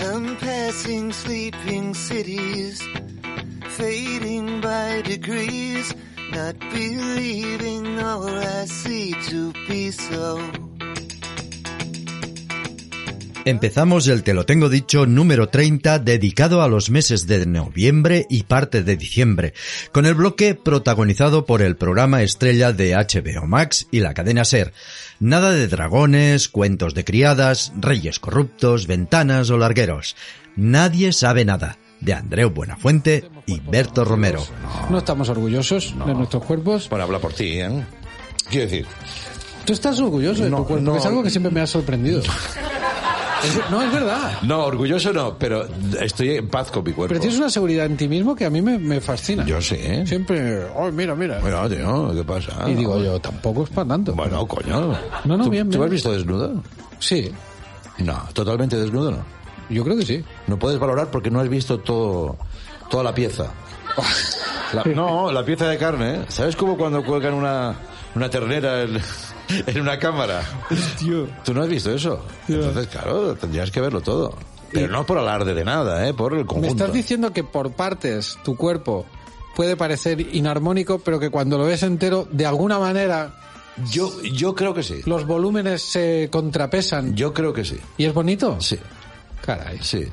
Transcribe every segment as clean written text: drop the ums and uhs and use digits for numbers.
I'm passing sleeping cities, fading by degrees, not believing all I see to be so. Empezamos el Te lo tengo dicho número 30 dedicado a los meses de noviembre y parte de diciembre, con el bloque protagonizado por el programa estrella de HBO Max y la cadena SER. Nada de dragones, cuentos de criadas, reyes corruptos, ventanas o largueros. Nadie sabe nada, de Andreu Buenafuente y Berto Romero. No estamos orgullosos de nuestros cuerpos. Bueno, habla por ti, ¿eh? Quiero decir... Tú estás orgulloso de tu cuerpo, que es algo que siempre me ha sorprendido. No, es verdad. No, orgulloso no, pero estoy en paz con mi cuerpo. Pero tienes una seguridad en ti mismo que a mí me fascina. Yo sí, ¿eh? Siempre, oh, mira. Bueno, tío, ¿qué pasa? Y digo yo, tampoco es para tanto. Bueno, coño. No, bien. ¿Tú me has visto desnudo? Sí. No, totalmente desnudo no. Yo creo que sí. No puedes valorar porque no has visto toda la pieza. La pieza de carne, ¿eh? ¿Sabes cómo cuando cuelgan una ternera en una cámara? Tío. ¿Tú no has visto eso? Tío. Entonces, claro, tendrías que verlo todo. Pero no por alarde de nada, por el conjunto. Me estás diciendo que por partes tu cuerpo puede parecer inarmónico, pero que cuando lo ves entero, de alguna manera... Yo creo que sí. Los volúmenes se contrapesan. Yo creo que sí. ¿Y es bonito? Sí. Caray. Sí.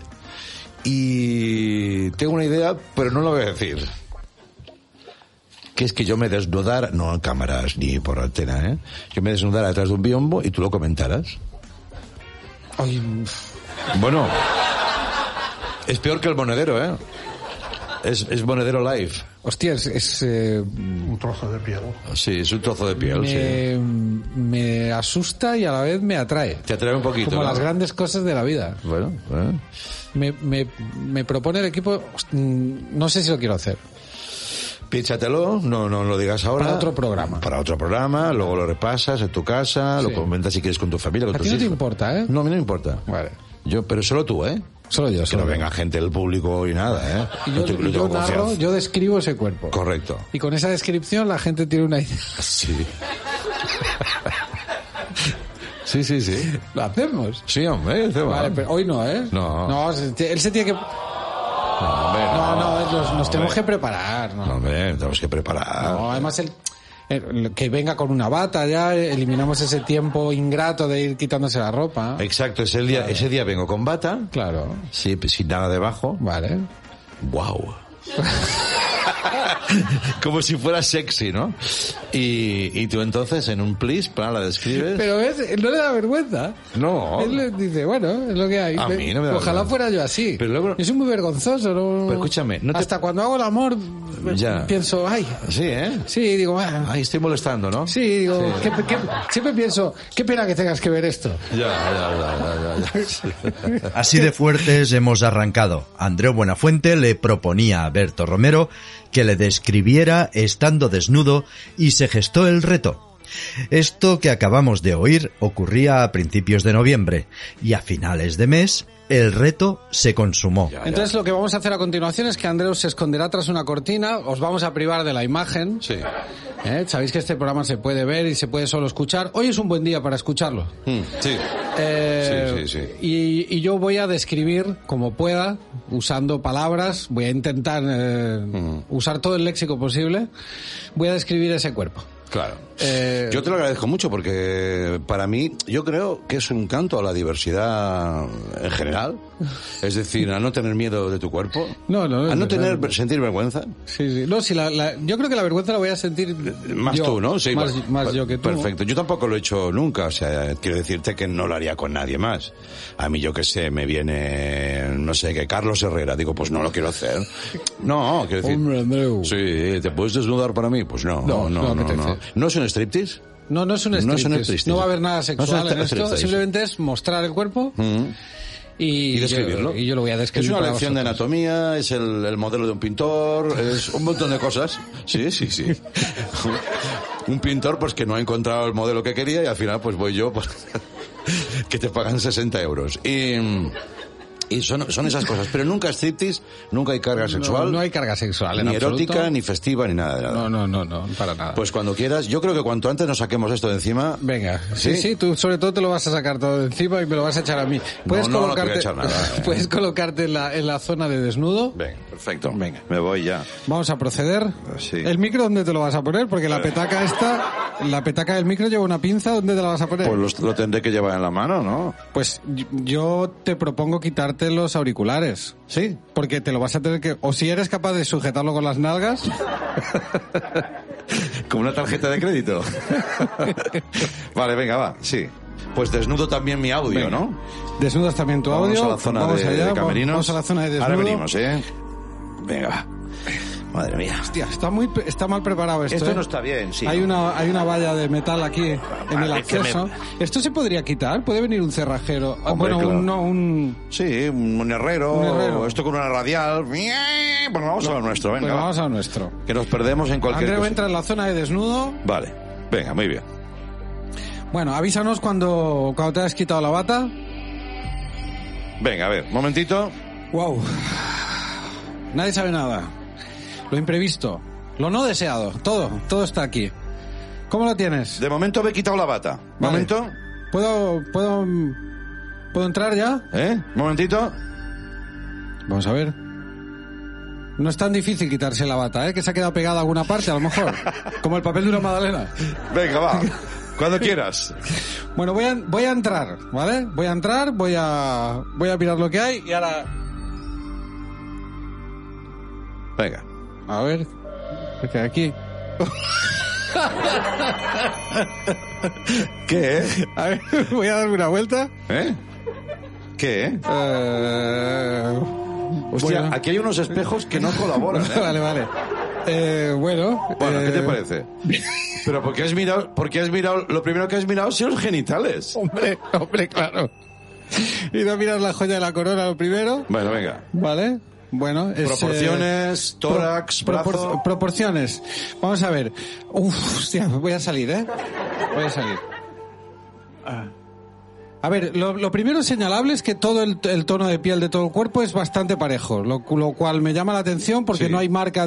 Y tengo una idea, pero no la voy a decir. Que es que yo me desnudara, no en cámaras ni por antena, yo me desnudara detrás de un biombo y tú lo comentaras. Ay. Bueno, es peor que el monedero, es monedero live. Hostia, es un trozo de piel. Sí, es un trozo de piel, me asusta y a la vez me atrae. Te atrae un poquito, como ¿no? Las grandes cosas de la vida. Bueno. Me propone el equipo, no sé si lo quiero hacer. Píchatelo, no lo digas ahora. Para otro programa, luego lo repasas en tu casa, lo comentas si quieres con tu familia, con tus hijos. ¿A ti no te importa, No, a mí no me importa. Vale. Pero solo tú, Solo yo. Que no venga gente del público y nada, Y yo narro, yo describo ese cuerpo. Correcto. Y con esa descripción la gente tiene una idea. Sí. Sí. ¿Lo hacemos? Sí, hombre, Vale, pero hoy no, No, él se tiene que... No, nos tenemos que preparar. No, hombre, tenemos que preparar. No, además que venga con una bata ya, eliminamos ese tiempo ingrato de ir quitándose la ropa. Exacto, ese día vengo con bata. Claro. Sí, sin nada debajo. Vale. Wow. Como si fuera sexy, ¿no? Y tú entonces en un plis, la describes. Pero ves, no le da vergüenza. No. Él le dice, bueno, es lo que hay. A mí no me da Ojalá vergüenza. Fuera yo así. Pero luego... Yo soy muy vergonzoso, ¿no? Pero escúchame, hasta cuando hago el amor pienso, ay. Sí, Sí, digo, ay, estoy molestando, ¿no? Sí, digo, siempre pienso, qué pena que tengas que ver esto. Ya. Así de fuertes hemos arrancado. Andreu Buenafuente le proponía a Berto Romero que le describiera estando desnudo y se gestó el reto. Esto que acabamos de oír ocurría a principios de noviembre y a finales de mes el reto se consumó. Entonces lo que vamos a hacer a continuación es que Andreu se esconderá tras una cortina, os vamos a privar de la imagen. Sí. Sabéis que este programa se puede ver y se puede solo escuchar. Hoy es un buen día para escucharlo. Sí. Sí. Y yo voy a describir como pueda, usando palabras, voy a intentar usar todo el léxico posible, voy a describir ese cuerpo. Claro. Yo te lo agradezco mucho porque para mí yo creo que es un canto a la diversidad en general. Es decir, a no tener miedo de tu cuerpo. No, a no sentir vergüenza. Sí. No, yo creo que la vergüenza la voy a sentir más yo, tú, ¿no? Sí, más yo que tú. Perfecto. Yo tampoco lo he hecho nunca. O sea, quiero decirte que no lo haría con nadie más. A mí, yo qué sé, me viene, no sé, que Carlos Herrera. Digo, pues no lo quiero hacer. No, quiero decir... Hombre, Andreu. Sí, ¿te puedes desnudar para mí? Pues no. ¿No es un striptease? No es un striptease. No va a haber nada sexual en esto. Simplemente es mostrar el cuerpo. Y describirlo. Y yo lo voy a describir. Es una lección de anatomía, es el modelo de un pintor, es un montón de cosas. Sí. Un pintor pues que no ha encontrado el modelo que quería y al final pues voy yo pues, que te pagan 60 euros. Y son esas cosas, pero nunca striptease, nunca hay carga sexual. No hay carga sexual, en ni absoluto. erótica, ni festiva, ni nada de nada. No, para nada. Pues cuando quieras, yo creo que cuanto antes nos saquemos esto de encima... Venga, sí, tú sobre todo te lo vas a sacar todo de encima y me lo vas a echar a mí. Puedes No te voy a colocarte, echar nada, puedes colocarte en la zona de desnudo. Venga, perfecto. Venga. Me voy ya. Vamos a proceder. Sí. ¿El micro dónde te lo vas a poner? Porque la petaca del micro lleva una pinza, ¿dónde te la vas a poner? Pues lo tendré que llevar en la mano, ¿no? Pues yo te propongo quitarte los auriculares. ¿Sí? Porque te lo vas a tener que... O si eres capaz de sujetarlo con las nalgas... Como una tarjeta de crédito. Vale, venga, va, sí. Pues desnudo también mi audio, Venga. ¿no? Desnudas también tu audio. Vamos a la zona Vamos de allá, camerinos. Vamos a la zona de desnudo. Ahora venimos, ¿eh? Venga, va. Madre mía. Hostia, está mal preparado esto. Esto ¿eh? no está bien, sí. Hay una valla de metal aquí en el Vale, que acceso. ¿Esto se podría quitar? ¿Puede venir un cerrajero? Hombre, claro. un... Sí, un herrero. Un herrero. Esto con una radial. Pues vamos a lo nuestro, venga. Bueno, va. vamos a lo nuestro. Que nos perdemos en cualquier Andreu cosa. entra en la zona de desnudo. Vale, venga, muy bien. Bueno, avísanos cuando te has quitado la bata. Venga, a ver, momentito. Wow. Nadie sabe nada. Lo imprevisto. Lo no deseado. Todo está aquí. ¿Cómo lo tienes? De momento me he quitado la bata. Vale. ¿Momento? ¿Puedo entrar ya? ¿Momentito? Vamos a ver. No es tan difícil quitarse la bata, que se ha quedado pegada a alguna parte, a lo mejor. Como el papel de una magdalena. Venga, va. Cuando quieras. Bueno, voy a entrar, ¿vale? Voy a entrar, voy a mirar lo que hay y ahora... Venga. A ver... ¿Qué hay aquí? ¿Qué? A ver, voy a darme una vuelta. ¿Qué? Hostia, Bueno. aquí hay unos espejos que no colaboran, ¿eh? Vale. Bueno, ¿Qué te parece? Pero ¿por qué has mirado, lo primero que has mirado son los genitales? Hombre, claro. He ido a mirar la joya de la corona lo primero. Bueno, venga. Vale. Bueno, es... Proporciones, tórax, brazo... Proporciones. Vamos a ver. Hostia, voy a salir, Voy a salir. A ver, lo primero señalable es que todo el tono de piel de todo el cuerpo es bastante parejo, lo cual me llama la atención porque Sí. no hay marca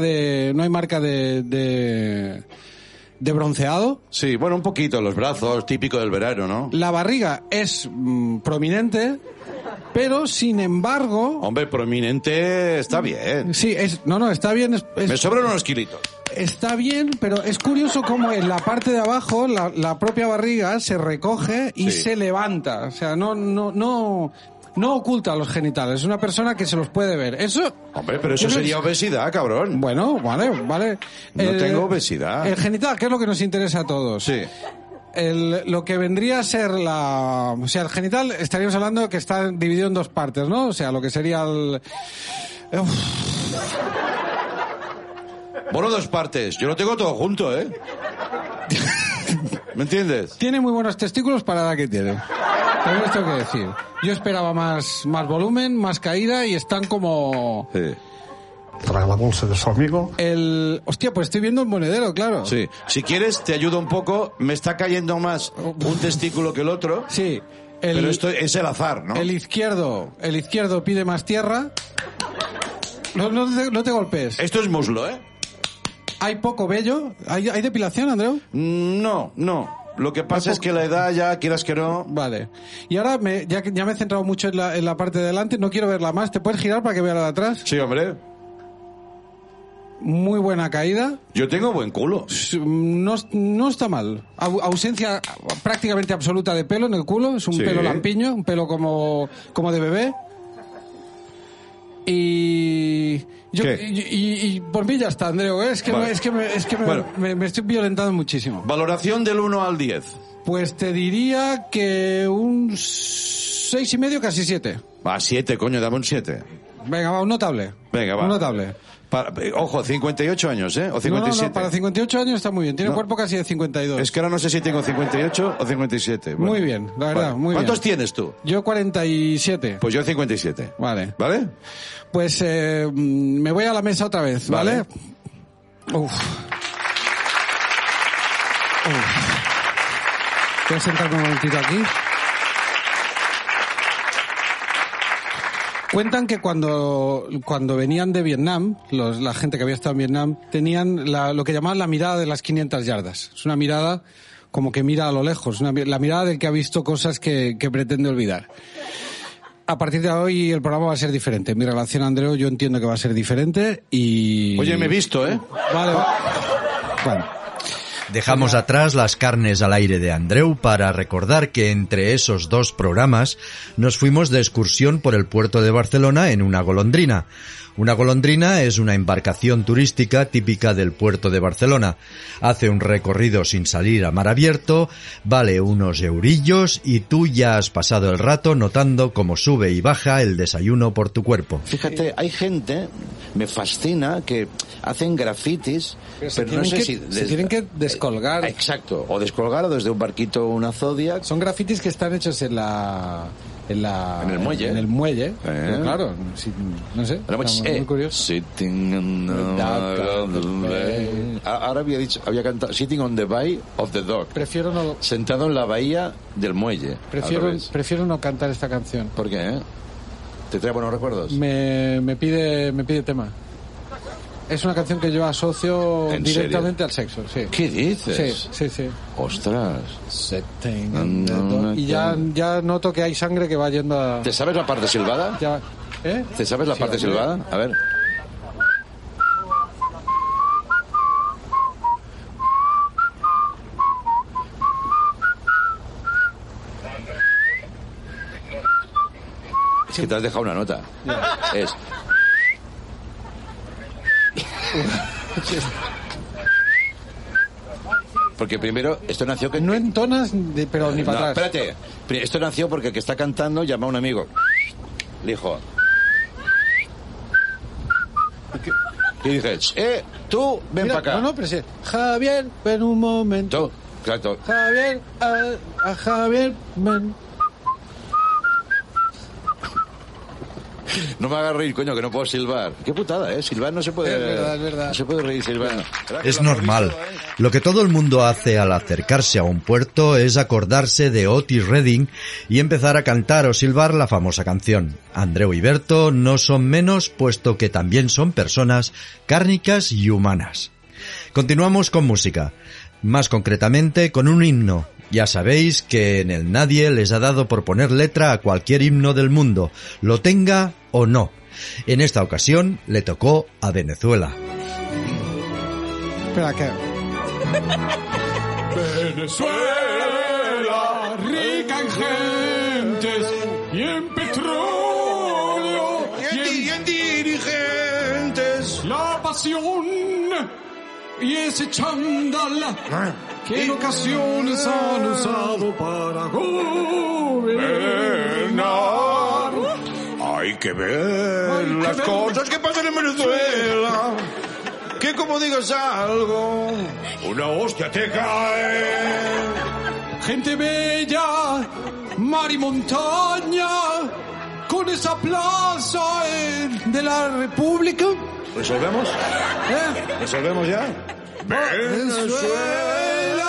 de bronceado. Sí, bueno, un poquito, los brazos, típico del verano, ¿no? La barriga es prominente, pero sin embargo... Hombre, prominente está bien. Sí, está bien. Me sobran unos kilitos. Está bien, pero es curioso cómo en la parte de abajo la propia barriga se recoge y Sí. se levanta. O sea, no oculta los genitales. Es una persona que se los puede ver. Eso... Hombre, pero eso yo creo sería obesidad, cabrón. Bueno, vale. No tengo obesidad. El genital, que es lo que nos interesa a todos. Sí. Lo que vendría a ser o sea, el genital, estaríamos hablando que está dividido en dos partes, ¿no? O sea, lo que sería el... Bueno, dos partes. Yo lo tengo todo junto, ¿eh? ¿Me entiendes? Tiene muy buenos testículos para la edad que tiene. También os tengo que decir. Yo esperaba más volumen, más caída y están como... Sí. Traga la bolsa de su amigo. Hostia, pues estoy viendo el monedero, claro. Sí. Si quieres, te ayudo un poco. Me está cayendo más un testículo que el otro. Sí. Pero esto es el azar, ¿no? El izquierdo pide más tierra. No te golpees. Esto es muslo, ¿eh? Hay poco vello. ¿Hay depilación, Andreu? No. Lo que pasa es que la edad ya, quieras que no... Vale. Y ahora, ya me he centrado mucho en la parte de delante, no quiero verla más. ¿Te puedes girar para que vea la de atrás? Sí, hombre. Muy buena caída. Yo tengo buen culo. No está mal. Ausencia prácticamente absoluta de pelo en el culo. Es un Sí. pelo lampiño, un pelo como de bebé. Y por mí ya está, Andreu. Es que Vale. Bueno. me estoy violentando muchísimo. Valoración del 1 al 10. Pues te diría que un 6,5, casi 7. Va, 7, coño, dame un 7. Venga, va, un notable. Venga, va. Un notable. Ojo, 58 años, ¿eh? O 57. No, para 58 años está muy bien. Tiene No. cuerpo casi de 52. Es que ahora no sé si tengo 58 o 57. Bueno. Muy bien, la verdad, Vale. muy bien. ¿Cuántos tienes tú? Yo 47. Pues yo 57. Vale. ¿Vale? Pues me voy a la mesa otra vez, ¿vale? Uf. Voy a sentarme un momentito aquí. Cuentan que cuando venían de Vietnam, la gente que había estado en Vietnam, tenían lo que llamaban la mirada de las 500 yardas. Es una mirada como que mira a lo lejos, la mirada del que ha visto cosas que pretende olvidar. A partir de hoy el programa va a ser diferente. Mi relación a Andreu yo entiendo que va a ser diferente y... Oye, me he visto, ¿eh? Vale. Bueno. Dejamos atrás las carnes al aire de Andreu para recordar que entre esos dos programas nos fuimos de excursión por el puerto de Barcelona en una golondrina. Una golondrina es una embarcación turística típica del puerto de Barcelona. Hace un recorrido sin salir a mar abierto, vale unos eurillos y tú ya has pasado el rato notando cómo sube y baja el desayuno por tu cuerpo. Fíjate, hay gente, me fascina, que hacen grafitis, pero no sé si... Se tienen que descolgar. Exacto, o descolgar o desde un barquito una Zodiac. Son grafitis que están hechos en el muelle. En el muelle. Pero claro, no sé. Muy curioso. Sitting on the bay. Ahora había cantado Sitting on the Bay of the Dock. Prefiero no. Sentado en la bahía del muelle. Prefiero no cantar esta canción. ¿Por qué? ¿Te trae buenos recuerdos? Me pide tema. Es una canción que yo asocio directamente al sexo, sí. ¿Qué dices? Sí. Ostras. Y ya noto que hay sangre que va yendo a... ¿Te sabes la parte silbada? ¿Te sabes la parte silbada? A ver. Es que te has dejado una nota. Es... Porque primero, esto nació que... No entonas, pero ni para atrás. Espérate. Esto nació porque el que está cantando llama a un amigo. Le dijo... Y dices, tú, ven para acá. No, pero sí. Javier, ven un momento. Claro. Javier, a Javier, ven. No me hagas reír, coño, que no puedo silbar. Qué putada, silbar no se puede... Es verdad. No se puede reír silbando. Es normal. Lo que todo el mundo hace al acercarse a un puerto es acordarse de Otis Redding y empezar a cantar o silbar la famosa canción. Andreu y Berto no son menos, puesto que también son personas cárnicas y humanas. Continuamos con música. Más concretamente con un himno. Ya sabéis que en el Nadie les ha dado por poner letra a cualquier himno del mundo, lo tenga o no. En esta ocasión le tocó a Venezuela. Espera, ¿qué? Venezuela, rica en gentes y en petróleo y en dirigentes. La pasión y ese chándal que en ocasiones han usado para gobernar. Hay que ver las cosas que pasan en Venezuela. Que como digas algo, una hostia te cae. Gente bella, mar y montaña, con esa plaza de la República. ¿Resolvemos? ¿Resolvemos ya? Venezuela.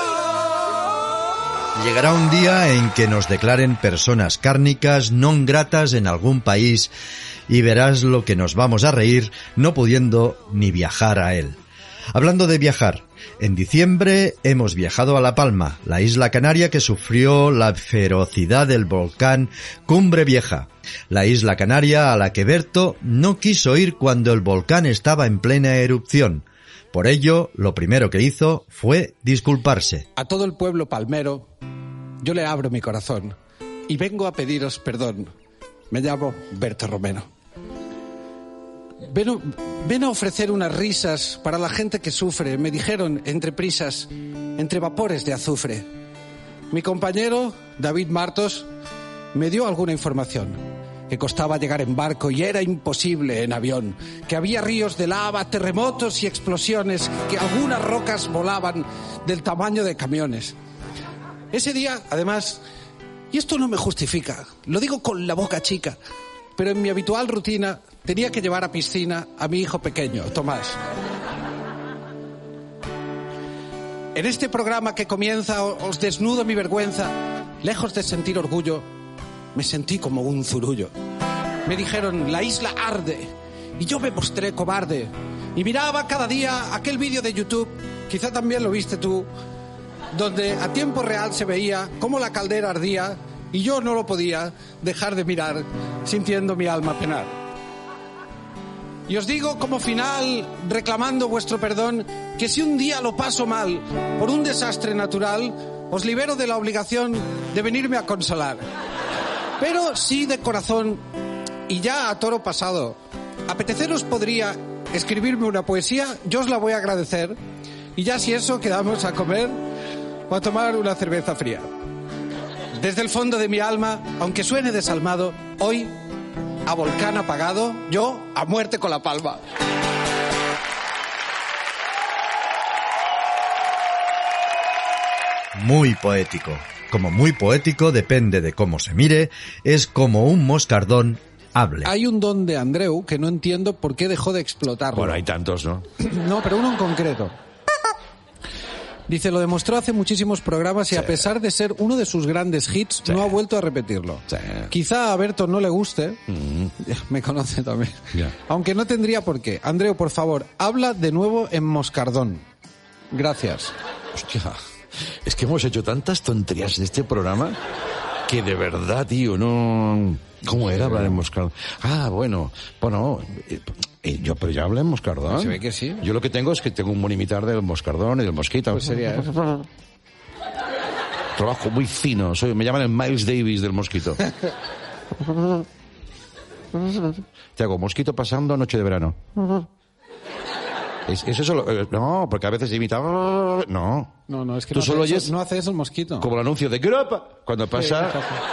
Llegará un día en que nos declaren personas cárnicas non gratas en algún país y verás lo que nos vamos a reír no pudiendo ni viajar a él. Hablando de viajar, en diciembre hemos viajado a La Palma, la isla canaria que sufrió la ferocidad del volcán Cumbre Vieja. La isla canaria a la que Berto no quiso ir cuando el volcán estaba en plena erupción. Por ello, lo primero que hizo fue disculparse. A todo el pueblo palmero, yo le abro mi corazón y vengo a pediros perdón. Me llamo Berto Romero. Ven a ofrecer unas risas para la gente que sufre, me dijeron, entre prisas, entre vapores de azufre. Mi compañero, David Martos, me dio alguna información. Que costaba llegar en barco y era imposible en avión, que había ríos de lava, terremotos y explosiones, que algunas rocas volaban del tamaño de camiones. Ese día, además, y esto no me justifica, lo digo con la boca chica, pero en mi habitual rutina tenía que llevar a piscina a mi hijo pequeño, Tomás. En este programa que comienza os desnudo mi vergüenza, lejos de sentir orgullo, me sentí como un zurullo. Me dijeron, la isla arde. Y yo me mostré cobarde. Y miraba cada día aquel vídeo de YouTube, quizá también lo viste tú, donde a tiempo real se veía cómo la caldera ardía y yo no lo podía dejar de mirar, sintiendo mi alma penar. Y os digo como final, reclamando vuestro perdón, que si un día lo paso mal por un desastre natural, os libero de la obligación de venirme a consolar. Pero sí de corazón, y ya a toro pasado, apeteceros podría escribirme una poesía, yo os la voy a agradecer, y ya si eso quedamos a comer o a tomar una cerveza fría. Desde el fondo de mi alma, aunque suene desalmado, hoy, a volcán apagado, yo a muerte con la palma. Muy poético. Como muy poético, depende de cómo se mire, es como un moscardón hable. Hay un don de Andreu que no entiendo por qué dejó de explotarlo. Bueno, hay tantos, ¿no? No, pero uno en concreto. Dice, lo demostró hace muchísimos programas y a pesar de ser uno de sus grandes hits, no ha vuelto a repetirlo. Sí. Quizá a Berto no le guste, me conoce también, aunque no tendría por qué. Andreu, por favor, habla de nuevo en moscardón. Gracias. Hostia, es que hemos hecho tantas tonterías en este programa que de verdad, tío, no... ¿Cómo era hablar en moscardón? Ah, bueno, pero ya hablé en moscardón. Se ve que sí. Yo lo que tengo es que tengo un monimitar del moscardón y del mosquito. Pues sería eso. Trabajo muy fino, me llaman el Miles Davis del mosquito. Te hago mosquito pasando noche de verano. ¿Es eso? No, porque a veces imita... No. No, es que tú solo oyes no hace eso el mosquito. como el anuncio de Gropa cuando pasa...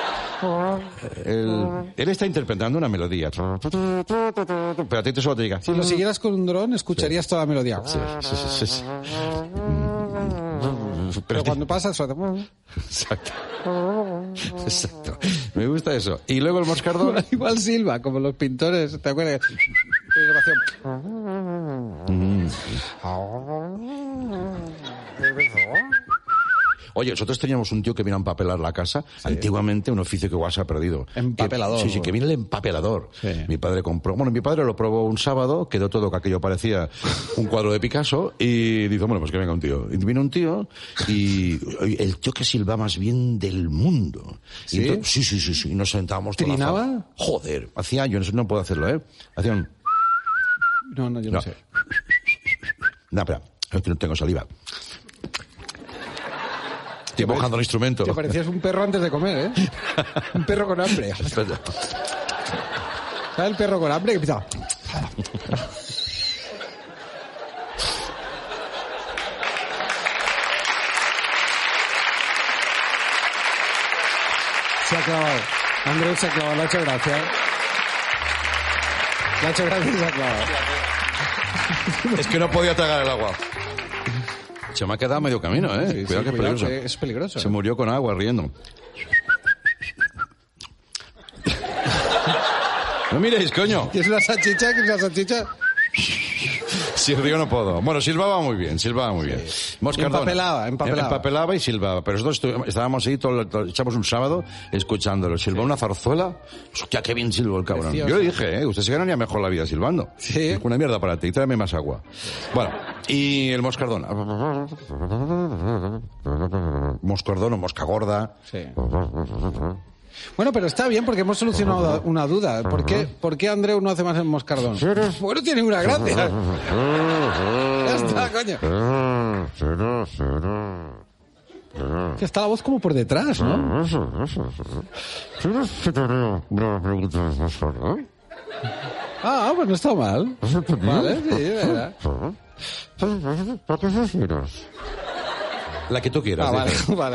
Él está interpretando una melodía. Pero a ti solo te diga... Si lo siguieras con un dron, escucharías toda la melodía. Sí. Pero cuando pasa... Exacto. Me gusta eso. Y luego el moscardón... Igual silba, como los pintores. ¿Te acuerdas? Oye, nosotros teníamos un tío que vino a empapelar la casa. Sí. Antiguamente, un oficio que igual se ha perdido. Empapelador. Sí, que viene el empapelador. Sí. Mi padre lo probó un sábado, quedó todo que aquello parecía un cuadro de Picasso, y dijo, bueno, pues que venga un tío. Y vino un tío, y el tío que silba más bien del mundo. ¿Sí? Y entonces, sí. Y nos sentábamos toda la ¿Trinaba? Joder, hacía años, no puedo hacerlo, ¿eh? Hacía un... No, yo no sé. No, espera, es que no tengo saliva. Estoy mojando el instrumento. Te parecías un perro antes de comer, ¿eh? Un perro con hambre. ¿Sabes el perro con hambre que empieza? Se ha clavado. Andreu se ha clavado, le ha hecho gracia. Le ha hecho gracia y se ha clavado. Es que no podía tragar el agua. Se me ha quedado medio camino, ¿eh? Sí, cuidado que es peligroso. Es peligroso. Se murió con agua riendo. No miréis, coño. ¿Qué es una salchicha? Si río no puedo. Bueno, silbaba muy bien. Moscardón. Empapelaba y silbaba. Pero nosotros estábamos ahí, echamos un sábado escuchándolo. Silbaba una zarzuela. Hostia, qué bien silbó el cabrón. Precioso. Yo le dije, usted se ganaría mejor la vida silbando. Sí. Una mierda para ti, tráeme más agua. Bueno, y el moscardón. Moscardón o mosca gorda. Sí. Bueno, pero está bien porque hemos solucionado una duda. ¿Por qué Andreu no hace más el moscardón? Bueno, tiene una gracia. Ya está, coño. Que está la voz como por detrás, ¿no? Ah, pues no está mal. Vale, sí, verdad. La que tú quieras. Vale.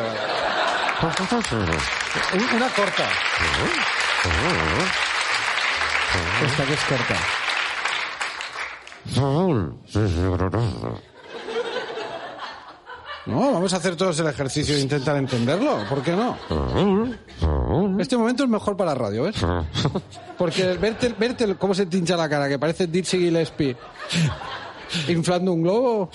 Una corta. Esta que es corta. No, vamos a hacer todos el ejercicio de intentar entenderlo. ¿Por qué no? Este momento es mejor para la radio, ¿ves? Porque verte cómo se te hincha la cara, que parece Dizzy Gillespie. inflando un globo.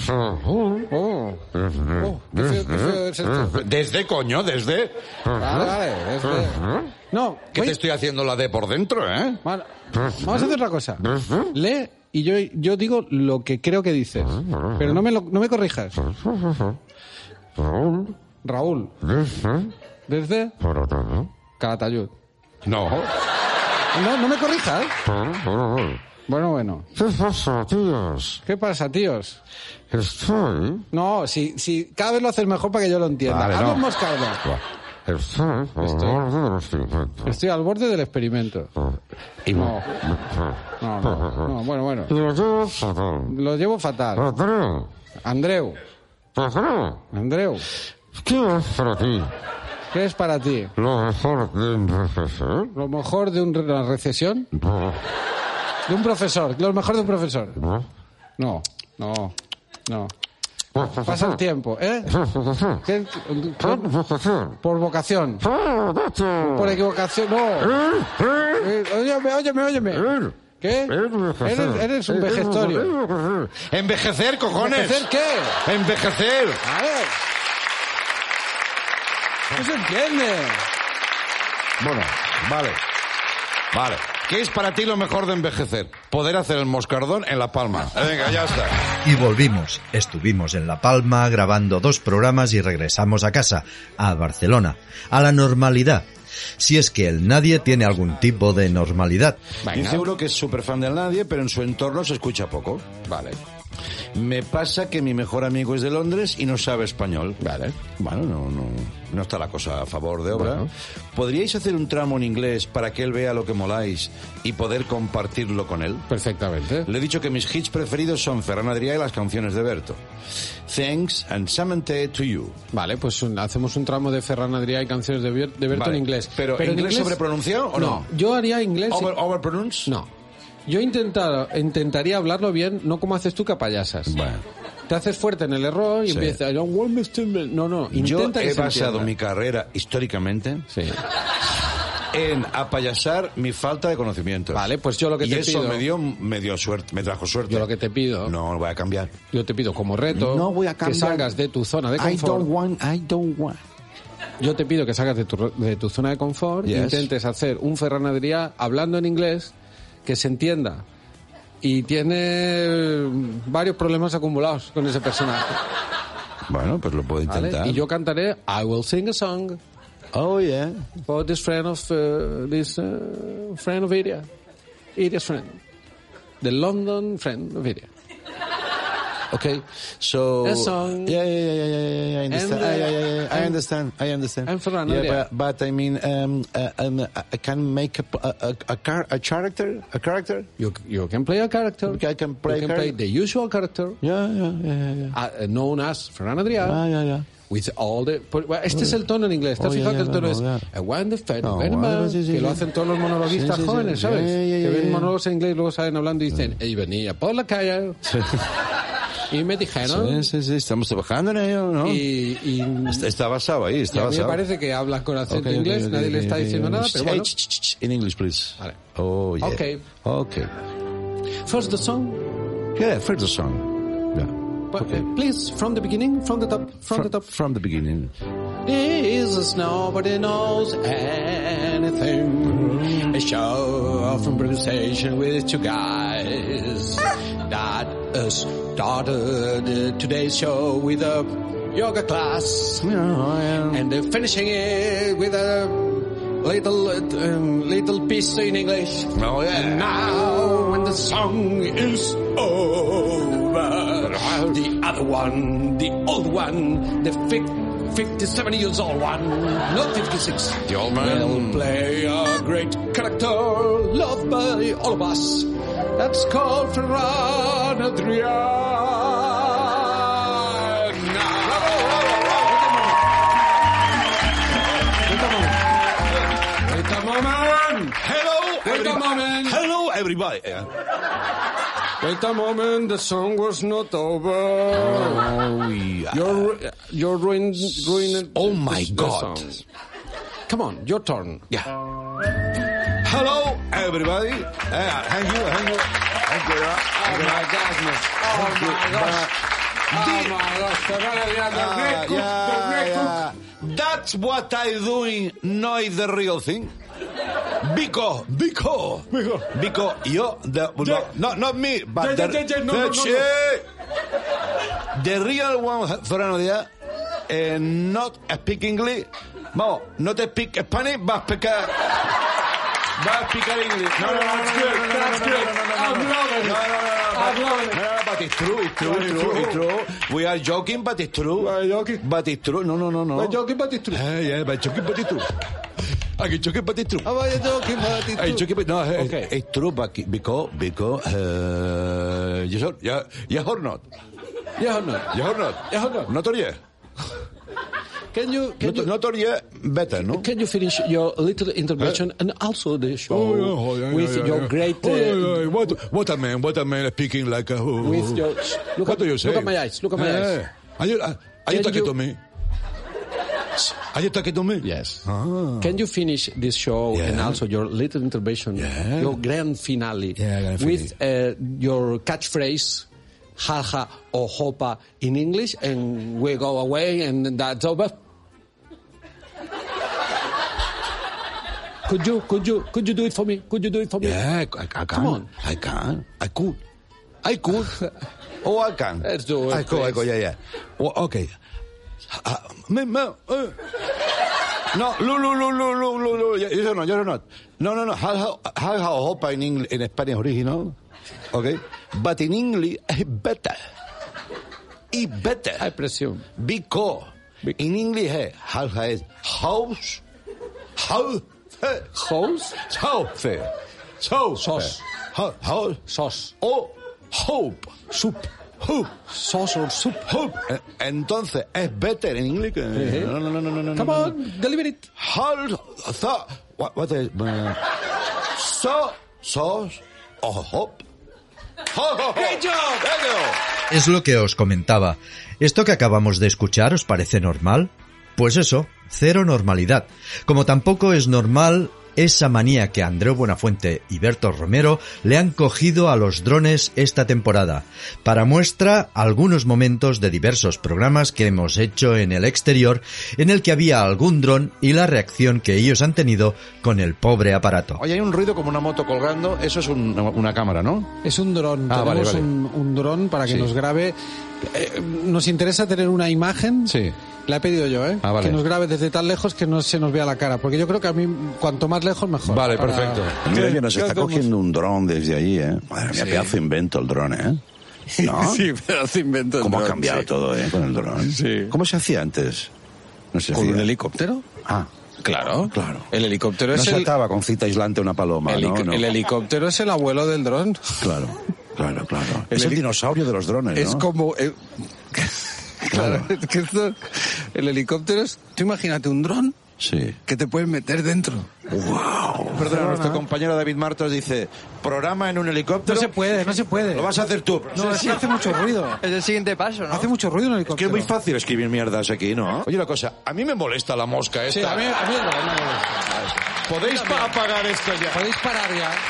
¿Qué feo es esto? Desde, coño, desde. Vale, desde. No, ¿Qué te estoy haciendo la D por dentro, eh? Vale, vamos a hacer otra cosa. Lee y yo digo lo que creo que dices, pero no me corrijas. Raúl. Desde Calatayud. No. No me corrijas. Bueno. ¿Qué pasa, tíos? ¿Qué pasa, tíos? Estoy... No, si cada vez lo haces mejor para que yo lo entienda. Vale, Hazlo no. en Moscardo. Estoy al borde del experimento. Y No, bueno. Lo llevo fatal. Andreu. ¿Qué es para ti? ¿Qué es para ti? Lo mejor de envejecer. ¿Lo mejor de una recesión? De un profesor. Lo mejor de un profesor. No. Pasa el tiempo, ¿eh? Por vocación. Por equivocación, no. Óyeme. ¿Qué? Eres un vejestorio. ¡Envejecer, cojones! ¿Envejecer qué? ¡Envejecer! A ver. No se entiende. Bueno, vale. ¿Qué es para ti lo mejor de envejecer? Poder hacer el moscardón en La Palma. Venga, ya está. Y volvimos. Estuvimos en La Palma grabando 2 programas y regresamos a casa, a Barcelona, a la normalidad. Si es que el nadie tiene algún tipo de normalidad. Yo seguro que es súper fan del nadie, pero en su entorno se escucha poco. Vale. Me pasa que mi mejor amigo es de Londres y no sabe español. Vale. Bueno, no está la cosa a favor de obra. Bueno. ¿Podríais hacer un tramo en inglés para que él vea lo que moláis y poder compartirlo con él? Perfectamente. Le he dicho que mis hits preferidos son Ferran Adrià y las canciones de Berto. Thanks and Samantha to you. Vale, pues hacemos un tramo de Ferran Adrià y canciones de Berto Vale. en inglés. ¿Pero en inglés sobrepronunciado o no? Yo haría inglés... ¿Overpronounce? No. Yo intentaría hablarlo bien, no como haces tú que payasas. Bueno. Te haces fuerte en el error y Sí. empiezas... No, Yo intenta que he se basado entienda. mi carrera históricamente Sí. en apayasar mi falta de conocimiento. Vale, pues yo lo que y te eso pido... me dio suerte, me trajo suerte. Yo lo que te pido... No voy a cambiar. Yo te pido como reto No voy a cambiar. que salgas de tu zona de I confort. don't want. Yo te pido que salgas de tu zona de confort, Yes. intentes hacer un Ferran Adrià hablando en inglés que se entienda. Y tiene varios problemas acumulados con ese personaje. Bueno, pues lo puedo ¿Vale? intentar. Y yo cantaré I will sing a song Oh, yeah. for this friend of Iria. Iria's friend. The London friend of Iria. Okay, so... A song. Yeah, I understand. And, I understand. and Ferran Yeah, Adrià. but I mean, I can make a character? You can play a character. I can play You can play the usual character. Yeah. Known as Ferran Adrià. Yeah. With all the... Este es el tono en inglés. ¿Te has fijado que el tono es... When the fed, que lo hacen todos los monologuistas jóvenes, ¿sabes? Que ven monólogos en inglés y luego salen hablando y dicen, y venía por la calle y me dijeron... Sí, estamos trabajando en ello, ¿no? Y Está basado ahí, a mí me parece que habla con acento inglés, nadie le está diciendo nada, pero bueno. In English, please. Vale. Oh, yeah. Okay. First the song. Yeah, first the song. Yeah. But, please, from the beginning, from the top. From the beginning. Jesus, nobody knows anything. A show of improvisation with 2 guys that started today's show with a yoga class. And they're finishing it with a little piece in English. Oh, yeah. And now when the song is over, the other one, the old one, the 57 years old one, not 56, The old man. will play a great character loved by all of us. That's called Ferran Adrià. Wait a moment. Hello, everybody. Wait a moment, the song was not over. Oh, yeah. You're ruining. Oh, my the God. song. Come on, your turn. Yeah. Hello, everybody. Thank you. Thank you. Oh my goodness. Oh my gosh. Oh my gosh. Te van a liar the great cook. The great cook. That's what I doing, not the real thing. Because yo, no, not me, but the real one, Zorano Díaz, not speak English, vamos, not speak Spanish, but speak English. No. But it's true. We are joking, but it's true. But it's true. No. We're joking, but it's true. Yeah, but joking, but it's true. I joking, but it's true. No, okay. It's true, but because yes or not? Not or yes? Not or yes, better, no? Can you finish your little intervention and also the show with your great... What a man speaking like a... With your... What do you say? Look at my eyes. Are you talking to me? Are you talking to me? Yes. Can you finish this show and also your little intervention, your grand finale, with your catchphrase, jaja or hopa in English, and we go away and that's over? Could you do it for me? Yeah, I can. Come on. I could. Oh, I can. Let's do it. I could, yeah. Well, okay. No, yes or not? No. How hopa in Spanish original? Okay, but in English it's better. I presume. Because in English jaja is house. Sauce. O hope. Soup. Hope. Sauce or soup. Hope. Entonces es better in English. No. Come on, deliver it. What is sauce or hope? Great job. Es lo que os comentaba. ¿Esto que acabamos de escuchar os parece normal? Pues eso, cero normalidad. Como tampoco es normal esa manía que Andreu Buenafuente y Berto Romero le han cogido a los drones esta temporada. Para muestra, algunos momentos de diversos programas que hemos hecho en el exterior en el que había algún dron y la reacción que ellos han tenido con el pobre aparato. Oye, hay un ruido como una moto colgando, eso es una cámara, ¿no? Es un dron. Tenemos vale. un dron para que nos grabe. Nos interesa tener una imagen. Sí. La he pedido yo, vale. Que nos grabe desde tan lejos que no se nos vea la cara, porque yo creo que a mí cuanto más lejos mejor. Vale, perfecto. Mira que nos está cogiendo un dron desde allí, Madre mía, pedazo invento el dron, ¿No? Sí, pedazo invento el ¿Cómo dron, ha cambiado todo, con el dron? Sí. ¿Cómo se hacía antes? No se ¿Con hacía. un helicóptero? Ah, Claro. El helicóptero no es se ataba con cita aislante una paloma, ¿no? El helicóptero es el abuelo del dron. Claro. Es el dinosaurio de los drones, ¿no? Es como... Claro, es que el helicóptero es... Tú imagínate un dron que te puedes meter dentro. ¡Wow! Perdona, nuestro compañero David Martos dice, ¿programa en un helicóptero? No se puede. Lo vas a hacer tú. No, es que hace mucho ruido. Es el siguiente paso, ¿no? Hace mucho ruido en el Es que helicóptero. es muy fácil escribir mierdas aquí, ¿no? Oye, una cosa, a mí me molesta la mosca esta. Sí, a mí no. ¿Podéis apagar esto ya? Podéis parar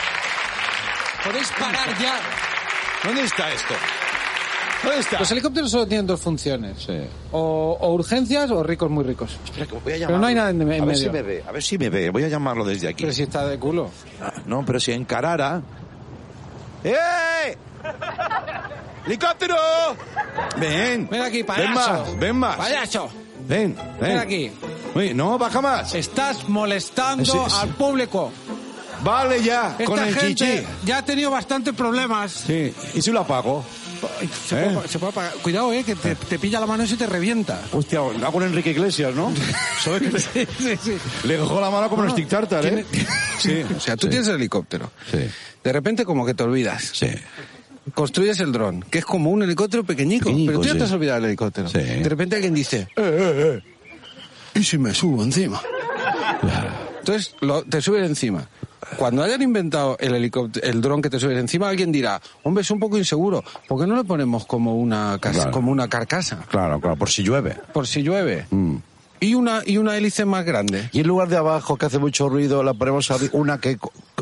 ya. ¿Dónde está esto? ¿Dónde está? Los helicópteros solo tienen dos funciones. Sí. O urgencias o ricos muy ricos. Espera, que voy a Pero llamarlo. no hay nada en A medio. ver si me ve. Voy a llamarlo desde aquí. Pero si está de culo. No, pero si encarara... ¡Eh! ¡Helicóptero! Ven. Ven aquí, payaso. Ven más. Payaso. Ven. Ven aquí. Uy, no, baja más. Estás molestando Sí. al público. Vale ya, con Esta el gente chichi. ya ha tenido bastantes problemas. Sí, ¿y si lo apago? Se puede apagar. Cuidado, que te pilla la mano y te revienta. Hostia, hago un Enrique Iglesias, ¿no? ¿Sabes qué? Sí. Le cojo la mano como un stick tartar, ¿eh? Sí. O sea, tú tienes el helicóptero. Sí. De repente como que te olvidas. Sí. Construyes el dron, que es como un helicóptero pequeñico, pero tú ya te has olvidado del helicóptero. Sí. De repente alguien dice, ¿y si me subo encima? Entonces te subes encima. Cuando hayan inventado el dron que te subes encima, alguien dirá, hombre, es un poco inseguro, ¿por qué no le ponemos como una carcasa? Claro, por si llueve. Por si llueve. Y una hélice más grande. Y en lugar de abajo, que hace mucho ruido, la ponemos una que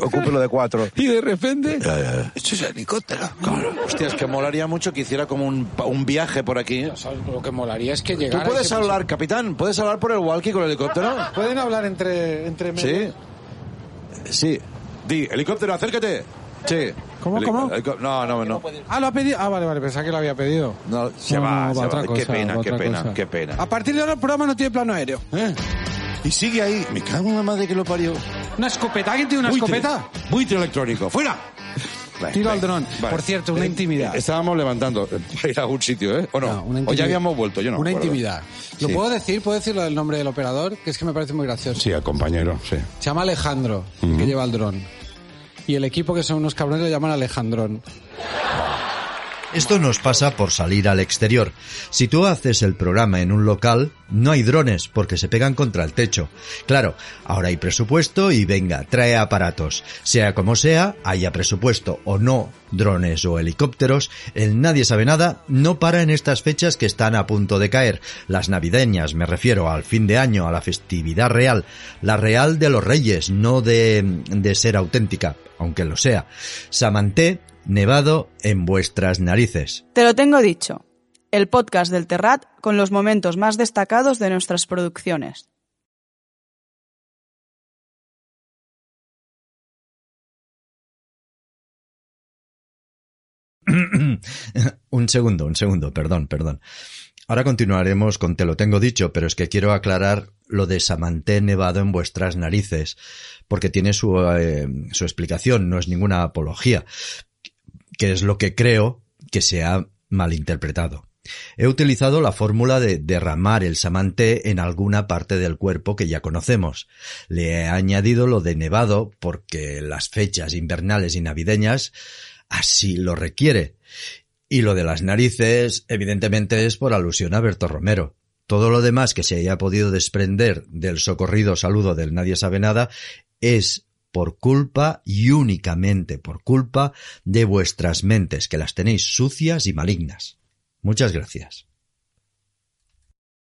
ocúpelo de 4. Y de repente... Esto es helicóptero. Claro. Hostia, es que molaría mucho que hiciera como un viaje por aquí. O sea, lo que molaría es que ¿Tú llegara... puedes hablar, capitán? ¿Puedes hablar por el walkie con el helicóptero? ¿Pueden hablar entre Sí. Sí. Di, helicóptero, acércate. Sí. ¿Cómo? No. Ah, lo ha pedido. Ah, vale, pensaba que lo había pedido. No, se va. otra Qué cosa. pena. A partir de ahora el programa no tiene plano aéreo. Y sigue ahí. Me cago en la madre que lo parió. ¿Una escopeta? ¿Alguien tiene una escopeta? Buitre electrónico. ¡Fuera! Tiro al dron. Vale. Por cierto, una intimidad. Estábamos levantando para ir a algún sitio, ¿eh? ¿O no? O ya habíamos vuelto, yo no. Una intimidad. ¿Lo puedo decir? ¿Puedo decir lo del nombre del operador? Que es que me parece muy gracioso. Sí, al compañero, sí. Se llama Alejandro, que lleva el dron. Y el equipo, que son unos cabrones, lo llaman Alejandrón. Esto nos pasa por salir al exterior. Si tú haces el programa en un local, no hay drones porque se pegan contra el techo. Claro, ahora hay presupuesto y venga, trae aparatos. Sea como sea, haya presupuesto o no, drones o helicópteros, el Nadie Sabe Nada no para en estas fechas que están a punto de caer. Las navideñas, me refiero al fin de año, a la festividad real. La real de los reyes, no de ser auténtica, aunque lo sea. Samanté, nevado en vuestras narices. Te lo tengo dicho. El podcast del Terrat con los momentos más destacados de nuestras producciones. Un segundo, perdón. Ahora continuaremos con Te lo tengo dicho, pero es que quiero aclarar lo de Samanté nevado en vuestras narices, porque tiene su explicación, no es ninguna apología, que es lo que creo que se ha malinterpretado. He utilizado la fórmula de derramar el Samanté en alguna parte del cuerpo que ya conocemos. Le he añadido lo de nevado porque las fechas invernales y navideñas así lo requiere. Y lo de las narices, evidentemente, es por alusión a Berto Romero. Todo lo demás que se haya podido desprender del socorrido saludo del Nadie Sabe Nada es por culpa y únicamente por culpa de vuestras mentes, que las tenéis sucias y malignas. Muchas gracias.